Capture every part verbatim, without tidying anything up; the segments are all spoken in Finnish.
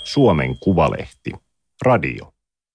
Suomen Kuvalehti. Radio.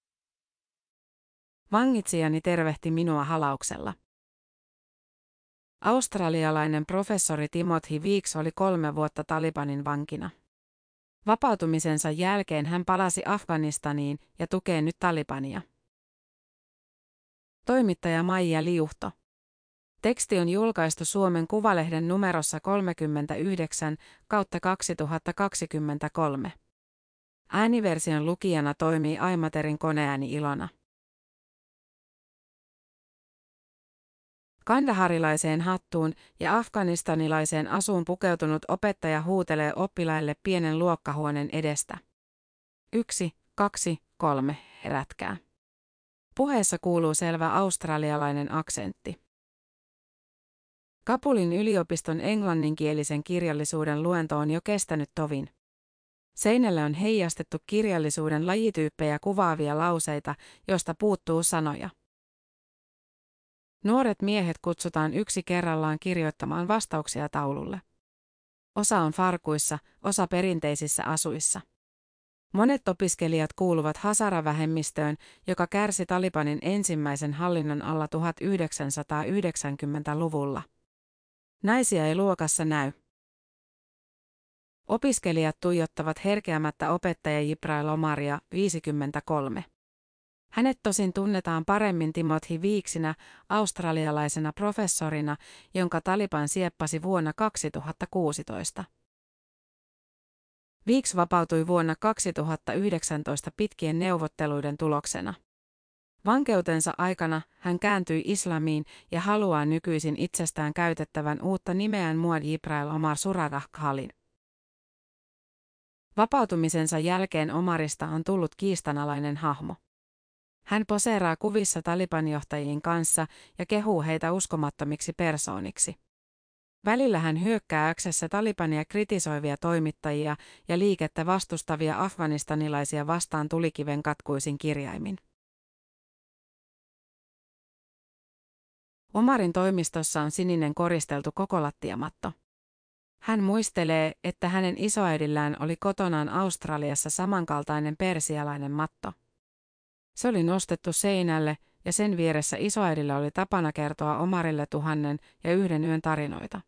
Vangitsijani tervehti minua halauksella. Australialainen professori Timothy Weeks oli kolme vuotta Talibanin vankina. Vapautumisensa jälkeen hän palasi Afganistaniin ja tukee nyt Talibania. Toimittaja Maija Liuhto. Teksti on julkaistu Suomen Kuvalehden numerossa kolmekymmentäyhdeksän kautta kaksituhattakaksikymmentäkolme. Ääniversion lukijana toimii Aimaterin koneääni Ilona. Kandaharilaiseen hattuun ja afganistanilaiseen asuun pukeutunut opettaja huutelee oppilaille pienen luokkahuoneen edestä. Yksi, kaksi, kolme, herätkää. Puheessa kuuluu selvä australialainen aksentti. Kabulin yliopiston englanninkielisen kirjallisuuden luento on jo kestänyt tovin. Seinälle on heijastettu kirjallisuuden lajityyppejä kuvaavia lauseita, joista puuttuu sanoja. Nuoret miehet kutsutaan yksi kerrallaan kirjoittamaan vastauksia taululle. Osa on farkuissa, osa perinteisissä asuissa. Monet opiskelijat kuuluvat Hazara-vähemmistöön, joka kärsi Talibanin ensimmäisen hallinnon alla tuhatyhdeksänsataayhdeksänkymmentäluvulla. Naisia ei luokassa näy. Opiskelijat tuijottavat herkeämättä opettaja Jibrail Omaria, viisikymmentäkolme. Hänet tosin tunnetaan paremmin Timothy Weeksinä, australialaisena professorina, jonka Taliban sieppasi vuonna kaksituhattakuusitoista. Weeks vapautui vuonna kaksituhattayhdeksäntoista pitkien neuvotteluiden tuloksena. Vankeutensa aikana hän kääntyi islamiin ja haluaa nykyisin itsestään käytettävän uutta nimeään Muad Jibrail Omar Surarah Khalil. Vapautumisensa jälkeen Omarista on tullut kiistanalainen hahmo. Hän poseeraa kuvissa Taliban-johtajien kanssa ja kehuu heitä uskomattomiksi persooniksi. Välillä hän hyökkää X:ssä Talibania kritisoivia toimittajia ja liikettä vastustavia afganistanilaisia vastaan tulikiven katkuisin kirjaimin. Omarin toimistossa on sininen koristeltu koko lattiamatto. Hän muistelee, että hänen isoäidillään oli kotonaan Australiassa samankaltainen persialainen matto. Se oli nostettu seinälle ja sen vieressä isoäidillä oli tapana kertoa Omarille tuhannen ja yhden yön tarinoita.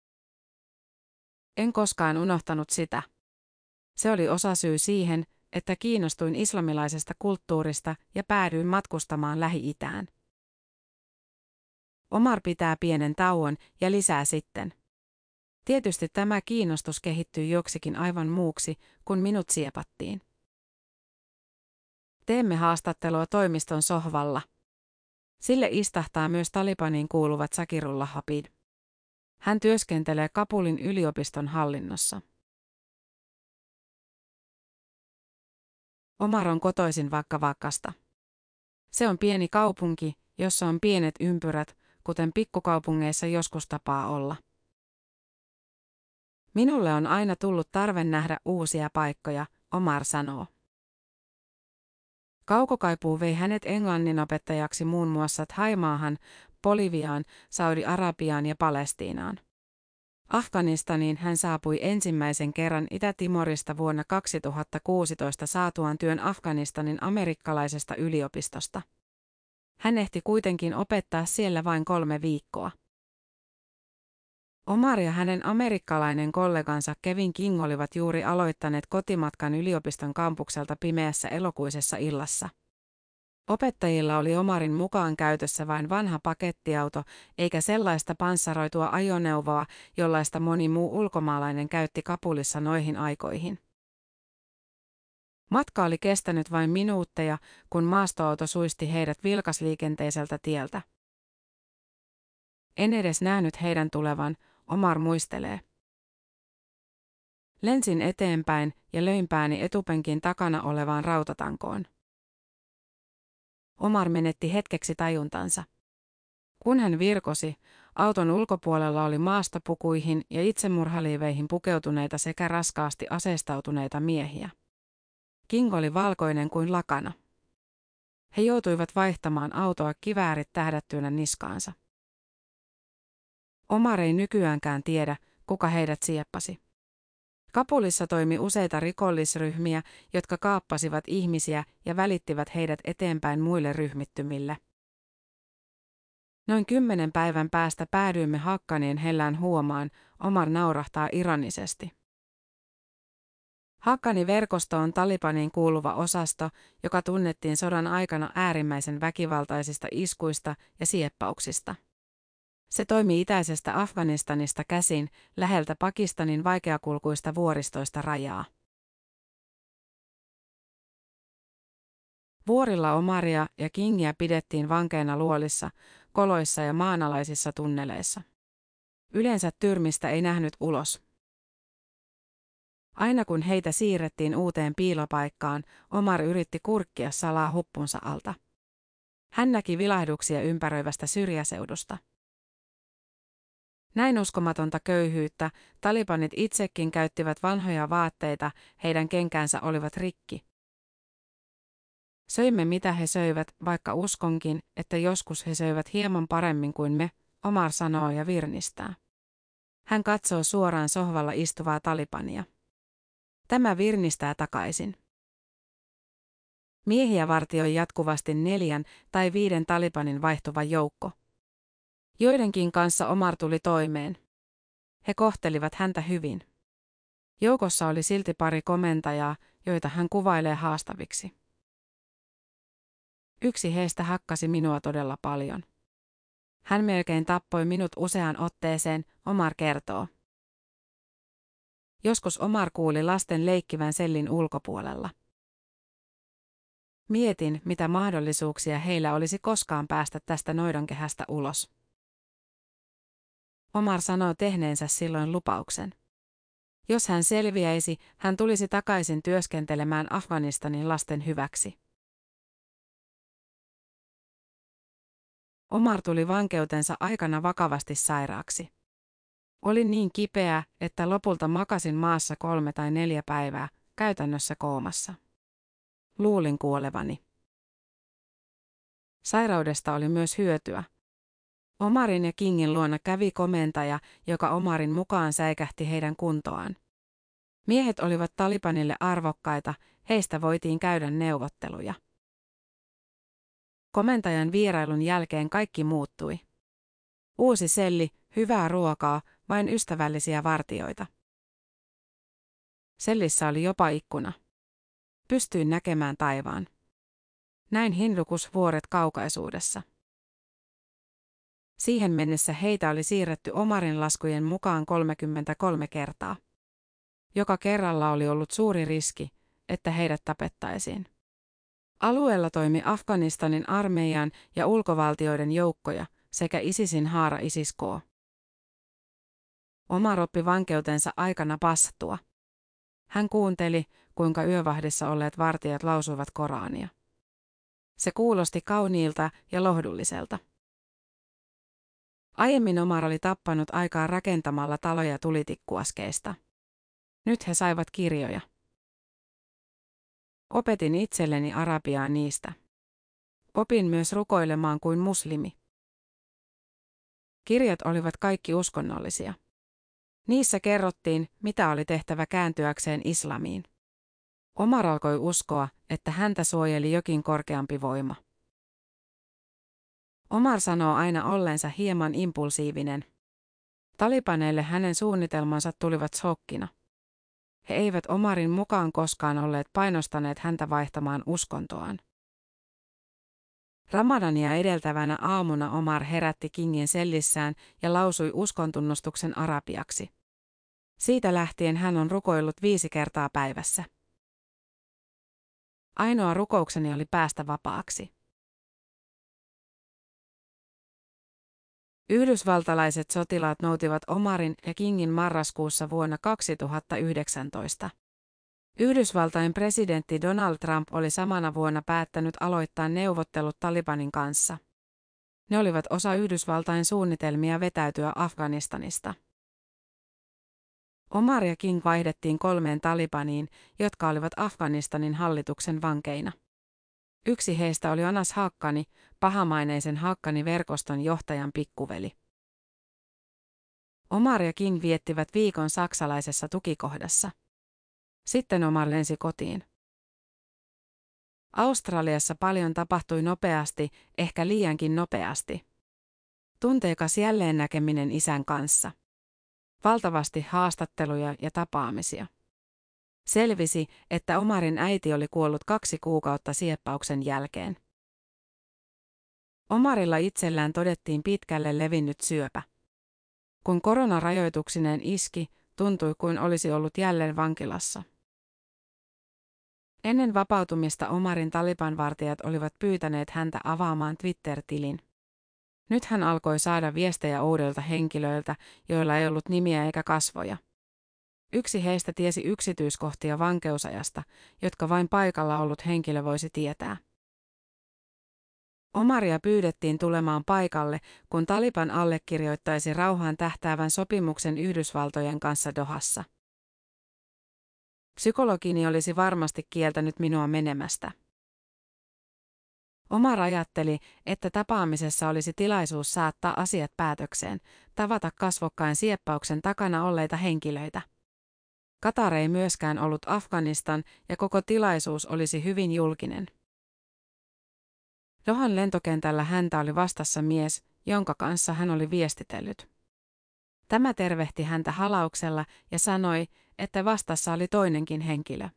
En koskaan unohtanut sitä. Se oli osasyy siihen, että kiinnostuin islamilaisesta kulttuurista ja päädyin matkustamaan Lähi-itään. Omar pitää pienen tauon ja lisää sitten. Tietysti tämä kiinnostus kehittyi joksikin aivan muuksi, kun minut siepattiin. Teemme haastattelua toimiston sohvalla. Sille istahtaa myös Talibaniin kuuluvat Zakirullah Habib. Hän työskentelee Kabulin yliopiston hallinnossa. Omar on kotoisin Vakka-Vakkasta. Se on pieni kaupunki, jossa on pienet ympyrät, kuten pikkukaupungeissa joskus tapaa olla. Minulle on aina tullut tarve nähdä uusia paikkoja, Omar sanoo. Kaukokaipuu vei hänet englanninopettajaksi muun muassa Thaimaahan, Boliviaan, Saudi-Arabiaan ja Palestiinaan. Afganistaniin hän saapui ensimmäisen kerran Itä-Timorista vuonna kaksituhattakuusitoista saatuaan työn Afganistanin amerikkalaisesta yliopistosta. Hän ehti kuitenkin opettaa siellä vain kolme viikkoa. Omar ja hänen amerikkalainen kollegansa Kevin King olivat juuri aloittaneet kotimatkan yliopiston kampukselta pimeässä elokuisessa illassa. Opettajilla oli Omarin mukaan käytössä vain vanha pakettiauto, eikä sellaista panssaroitua ajoneuvoa, jollaista moni muu ulkomaalainen käytti Kabulissa noihin aikoihin. Matka oli kestänyt vain minuutteja, kun maastoauto suisti heidät vilkasliikenteiseltä tieltä. En edes nähnyt heidän tulevan, Omar muistelee. Lensin eteenpäin ja löin pääni etupenkin takana olevaan rautatankoon. Omar menetti hetkeksi tajuntansa. Kun hän virkosi, auton ulkopuolella oli maastopukuihin ja itsemurhaliiveihin pukeutuneita sekä raskaasti aseistautuneita miehiä. King oli valkoinen kuin lakana. He joutuivat vaihtamaan autoa kiväärit tähdättynä niskaansa. Omar ei nykyäänkään tiedä, kuka heidät sieppasi. Kabulissa toimi useita rikollisryhmiä, jotka kaappasivat ihmisiä ja välittivät heidät eteenpäin muille ryhmittymille. Noin kymmenen päivän päästä päädyimme Haqqanien hellään huomaan, Omar naurahtaa ironisesti. Haqqani-verkosto on Talibaniin kuuluva osasto, joka tunnettiin sodan aikana äärimmäisen väkivaltaisista iskuista ja sieppauksista. Se toimi itäisestä Afganistanista käsin, läheltä Pakistanin vaikeakulkuista vuoristoista rajaa. Vuorilla Omaria ja Kingiä pidettiin vankeina luolissa, koloissa ja maanalaisissa tunneleissa. Yleensä tyrmistä ei nähnyt ulos. Aina kun heitä siirrettiin uuteen piilopaikkaan, Omar yritti kurkkia salaa huppunsa alta. Hän näki vilahduksia ympäröivästä syrjäseudusta. Näin uskomatonta köyhyyttä, talibanit itsekin käyttivät vanhoja vaatteita, heidän kenkänsä olivat rikki. Söimme mitä he söivät, vaikka uskonkin, että joskus he söivät hieman paremmin kuin me, Omar sanoo ja virnistää. Hän katsoo suoraan sohvalla istuvaa talibania. Tämä virnistää takaisin. Miehiä vartioi jatkuvasti neljän tai viiden talibanin vaihtuva joukko. Joidenkin kanssa Omar tuli toimeen. He kohtelivat häntä hyvin. Joukossa oli silti pari komentajaa, joita hän kuvailee haastaviksi. Yksi heistä hakkasi minua todella paljon. Hän melkein tappoi minut useaan otteeseen, Omar kertoo. Joskus Omar kuuli lasten leikkivän sellin ulkopuolella. Mietin, mitä mahdollisuuksia heillä olisi koskaan päästä tästä noidankehästä ulos. Omar sanoo tehneensä silloin lupauksen. Jos hän selviäisi, hän tulisi takaisin työskentelemään Afganistanin lasten hyväksi. Omar tuli vankeutensa aikana vakavasti sairaaksi. Olin niin kipeä, että lopulta makasin maassa kolme tai neljä päivää, käytännössä koomassa. Luulin kuolevani. Sairaudesta oli myös hyötyä. Omarin ja Kingin luona kävi komentaja, joka Omarin mukaan säikähti heidän kuntoaan. Miehet olivat Talibanille arvokkaita, heistä voitiin käydä neuvotteluja. Komentajan vierailun jälkeen kaikki muuttui. Uusi selli, hyvää ruokaa, vain ystävällisiä vartijoita. Sellissä oli jopa ikkuna. Pystyin näkemään taivaan. Näin Hindukus-vuoret kaukaisuudessa. Siihen mennessä heitä oli siirretty Omarin laskujen mukaan kolmekymmentäkolme kertaa. Joka kerralla oli ollut suuri riski, että heidät tapettaisiin. Alueella toimi Afganistanin armeijan ja ulkovaltioiden joukkoja sekä ISISin haara ISIS-K. Omar oppi vankeutensa aikana pastua. Hän kuunteli, kuinka yövahdissa olleet vartijat lausuivat Korania. Se kuulosti kauniilta ja lohdulliselta. Aiemmin Omar oli tappanut aikaa rakentamalla taloja tulitikkuaskeista. Nyt he saivat kirjoja. Opetin itselleni arabiaa niistä. Opin myös rukoilemaan kuin muslimi. Kirjat olivat kaikki uskonnollisia. Niissä kerrottiin, mitä oli tehtävä kääntyäkseen islamiin. Omar alkoi uskoa, että häntä suojeli jokin korkeampi voima. Omar sanoo aina olleensa hieman impulsiivinen. Talibaneille hänen suunnitelmansa tulivat shokkina. He eivät Omarin mukaan koskaan olleet painostaneet häntä vaihtamaan uskontoaan. Ramadania edeltävänä aamuna Omar herätti Kingin sellissään ja lausui uskontunnustuksen arabiaksi. Siitä lähtien hän on rukoillut viisi kertaa päivässä. Ainoa rukoukseni oli päästä vapaaksi. Yhdysvaltalaiset sotilaat noutivat Omarin ja Kingin marraskuussa vuonna kaksituhattayhdeksäntoista. Yhdysvaltain presidentti Donald Trump oli samana vuonna päättänyt aloittaa neuvottelut Talibanin kanssa. Ne olivat osa Yhdysvaltain suunnitelmia vetäytyä Afganistanista. Omar ja King vaihdettiin kolmeen Talibaniin, jotka olivat Afganistanin hallituksen vankeina. Yksi heistä oli Anas Haqqani, pahamaineisen Haqqani-verkoston johtajan pikkuveli. Omar ja King viettivät viikon saksalaisessa tukikohdassa. Sitten Omar lensi kotiin. Australiassa paljon tapahtui nopeasti, ehkä liiankin nopeasti. Tunteikas jälleen näkeminen isän kanssa. Valtavasti haastatteluja ja tapaamisia. Selvisi, että Omarin äiti oli kuollut kaksi kuukautta sieppauksen jälkeen. Omarilla itsellään todettiin pitkälle levinnyt syöpä. Kun koronarajoituksineen iski, tuntui kuin olisi ollut jälleen vankilassa. Ennen vapautumista Omarin Taliban-vartijat olivat pyytäneet häntä avaamaan Twitter-tilin. Nyt hän alkoi saada viestejä oudoilta henkilöiltä, joilla ei ollut nimiä eikä kasvoja. Yksi heistä tiesi yksityiskohtia vankeusajasta, jotka vain paikalla ollut henkilö voisi tietää. Omaria pyydettiin tulemaan paikalle, kun Taliban allekirjoittaisi rauhaan tähtäävän sopimuksen Yhdysvaltojen kanssa Dohassa. Psykologini olisi varmasti kieltänyt minua menemästä. Omar ajatteli, että tapaamisessa olisi tilaisuus saattaa asiat päätökseen, tavata kasvokkain sieppauksen takana olleita henkilöitä. Katar ei myöskään ollut Afganistan ja koko tilaisuus olisi hyvin julkinen. Dohan lentokentällä häntä oli vastassa mies, jonka kanssa hän oli viestitellyt. Tämä tervehti häntä halauksella ja sanoi, että vastassa oli toinenkin henkilö.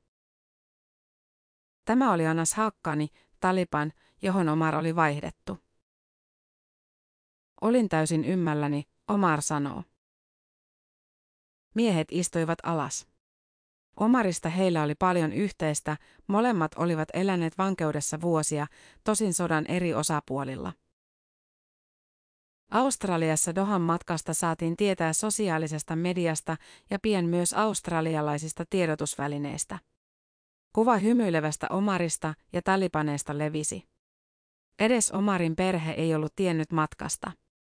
Tämä oli Anas Haqqani, Taliban, johon Omar oli vaihdettu. Olin täysin ymmälläni, Omar sanoo. Miehet istuivat alas. Omarista heillä oli paljon yhteistä, molemmat olivat eläneet vankeudessa vuosia, tosin sodan eri osapuolilla. Australiassa Dohan matkasta saatiin tietää sosiaalisesta mediasta ja pian myös australialaisista tiedotusvälineistä. Kuva hymyilevästä Omarista ja talibaneista levisi. Edes Omarin perhe ei ollut tiennyt matkasta.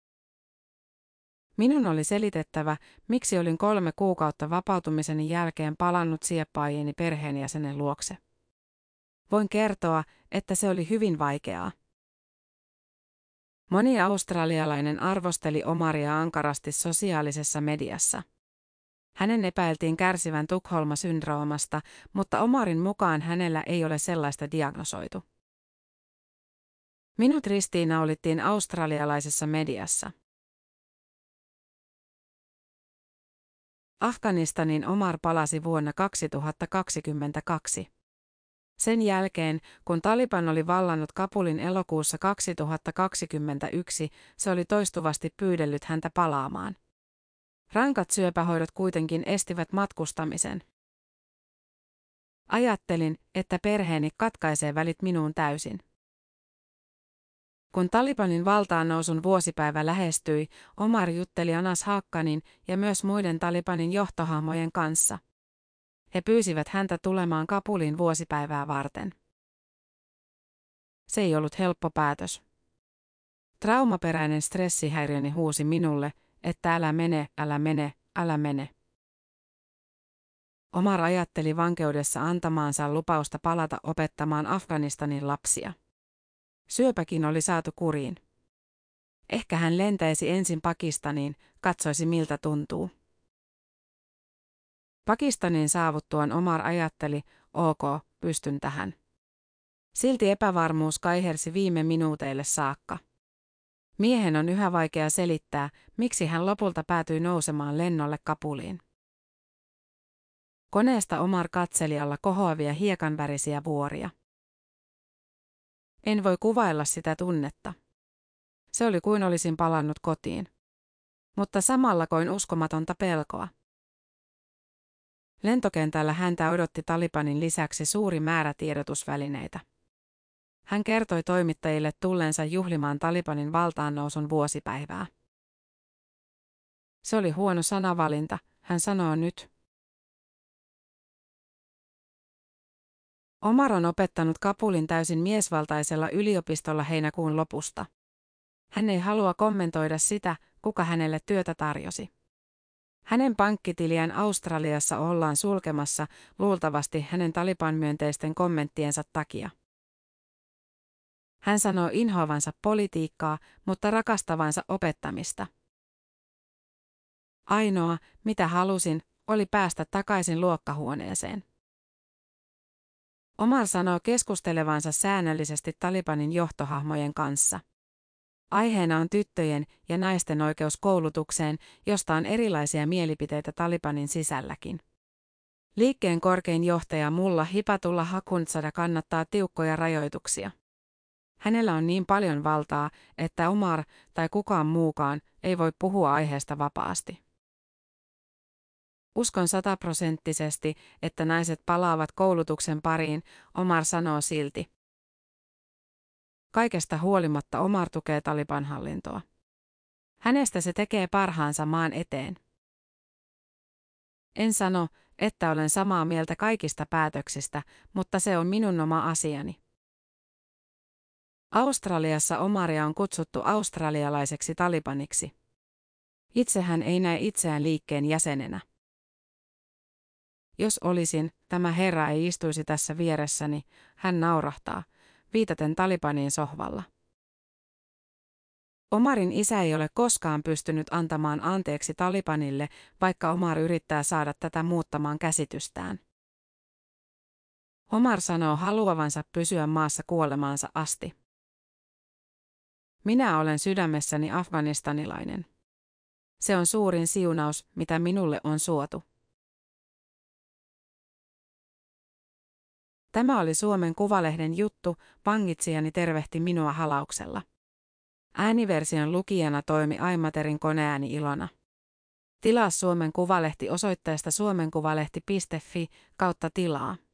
Minun oli selitettävä, miksi olin kolme kuukautta vapautumiseni jälkeen palannut sieppaajieni perheenjäsenen luokse. Voin kertoa, että se oli hyvin vaikeaa. Moni australialainen arvosteli Omaria ankarasti sosiaalisessa mediassa. Hänen epäiltiin kärsivän Tukholma-syndroomasta, mutta Omarin mukaan hänellä ei ole sellaista diagnosoitu. Minut ristiinnaulittiin australialaisessa mediassa. Afganistanin Omar palasi vuonna kaksituhattakaksikymmentäkaksi. Sen jälkeen, kun Taliban oli vallannut Kabulin elokuussa kaksituhattakaksikymmentäyksi, se oli toistuvasti pyydellyt häntä palaamaan. Rankat syöpähoidot kuitenkin estivät matkustamisen. Ajattelin, että perheeni katkaisee välit minuun täysin. Kun Talibanin valtaan nousun vuosipäivä lähestyi, Omar jutteli Anas Haqqanin ja myös muiden Talibanin johtohahmojen kanssa. He pyysivät häntä tulemaan Kabulin vuosipäivää varten. Se ei ollut helppo päätös. Traumaperäinen stressihäiriöni huusi minulle, että älä mene, älä mene, älä mene. Omar ajatteli vankeudessa antamaansa lupausta palata opettamaan Afganistanin lapsia. Syöpäkin oli saatu kuriin. Ehkä hän lentäisi ensin Pakistaniin, katsoisi miltä tuntuu. Pakistanin saavuttuaan Omar ajatteli, ok, pystyn tähän. Silti epävarmuus kaihersi viime minuuteille saakka. Miehen on yhä vaikea selittää, miksi hän lopulta päätyi nousemaan lennolle Kabuliin. Koneesta Omar katseli alla kohoavia hiekanvärisiä vuoria. En voi kuvailla sitä tunnetta. Se oli kuin olisin palannut kotiin. Mutta samalla koin uskomatonta pelkoa. Lentokentällä häntä odotti Talibanin lisäksi suuri määrä tiedotusvälineitä. Hän kertoi toimittajille tulleensa juhlimaan Talibanin valtaannousun vuosipäivää. Se oli huono sanavalinta, hän sanoo nyt. Omar on opettanut Kabulin täysin miesvaltaisella yliopistolla heinäkuun lopusta. Hän ei halua kommentoida sitä, kuka hänelle työtä tarjosi. Hänen pankkitiliään Australiassa ollaan sulkemassa luultavasti hänen Taliban-myönteisten kommenttiensa takia. Hän sanoo inhoavansa politiikkaa, mutta rakastavansa opettamista. Ainoa, mitä halusin, oli päästä takaisin luokkahuoneeseen. Omar sanoo keskustelevansa säännöllisesti Talibanin johtohahmojen kanssa. Aiheena on tyttöjen ja naisten oikeus koulutukseen, josta on erilaisia mielipiteitä Talibanin sisälläkin. Liikkeen korkein johtaja Mullah Hibatullah Akhundzada kannattaa tiukkoja rajoituksia. Hänellä on niin paljon valtaa, että Omar tai kukaan muukaan ei voi puhua aiheesta vapaasti. Uskon sataprosenttisesti, että naiset palaavat koulutuksen pariin, Omar sanoo silti. Kaikesta huolimatta Omar tukee Taliban-hallintoa. Hänestä se tekee parhaansa maan eteen. En sano, että olen samaa mieltä kaikista päätöksistä, mutta se on minun oma asiani. Australiassa Omaria on kutsuttu australialaiseksi Talibaniksi. Itse hän ei näe itseään liikkeen jäsenenä. Jos olisin, tämä herra ei istuisi tässä vieressäni, hän naurahtaa, viitaten Talibaniin sohvalla. Omarin isä ei ole koskaan pystynyt antamaan anteeksi Talibanille, vaikka Omar yrittää saada tätä muuttamaan käsitystään. Omar sanoo haluavansa pysyä maassa kuolemaansa asti. Minä olen sydämessäni afganistanilainen. Se on suurin siunaus, mitä minulle on suotu. Tämä oli Suomen Kuvalehden juttu, vangitsijani tervehti minua halauksella. Ääniversion lukijana toimi Aimaterin koneääni Ilona. Tilaa Suomen Kuvalehti osoitteesta suomenkuvalehti piste fi kautta tilaa.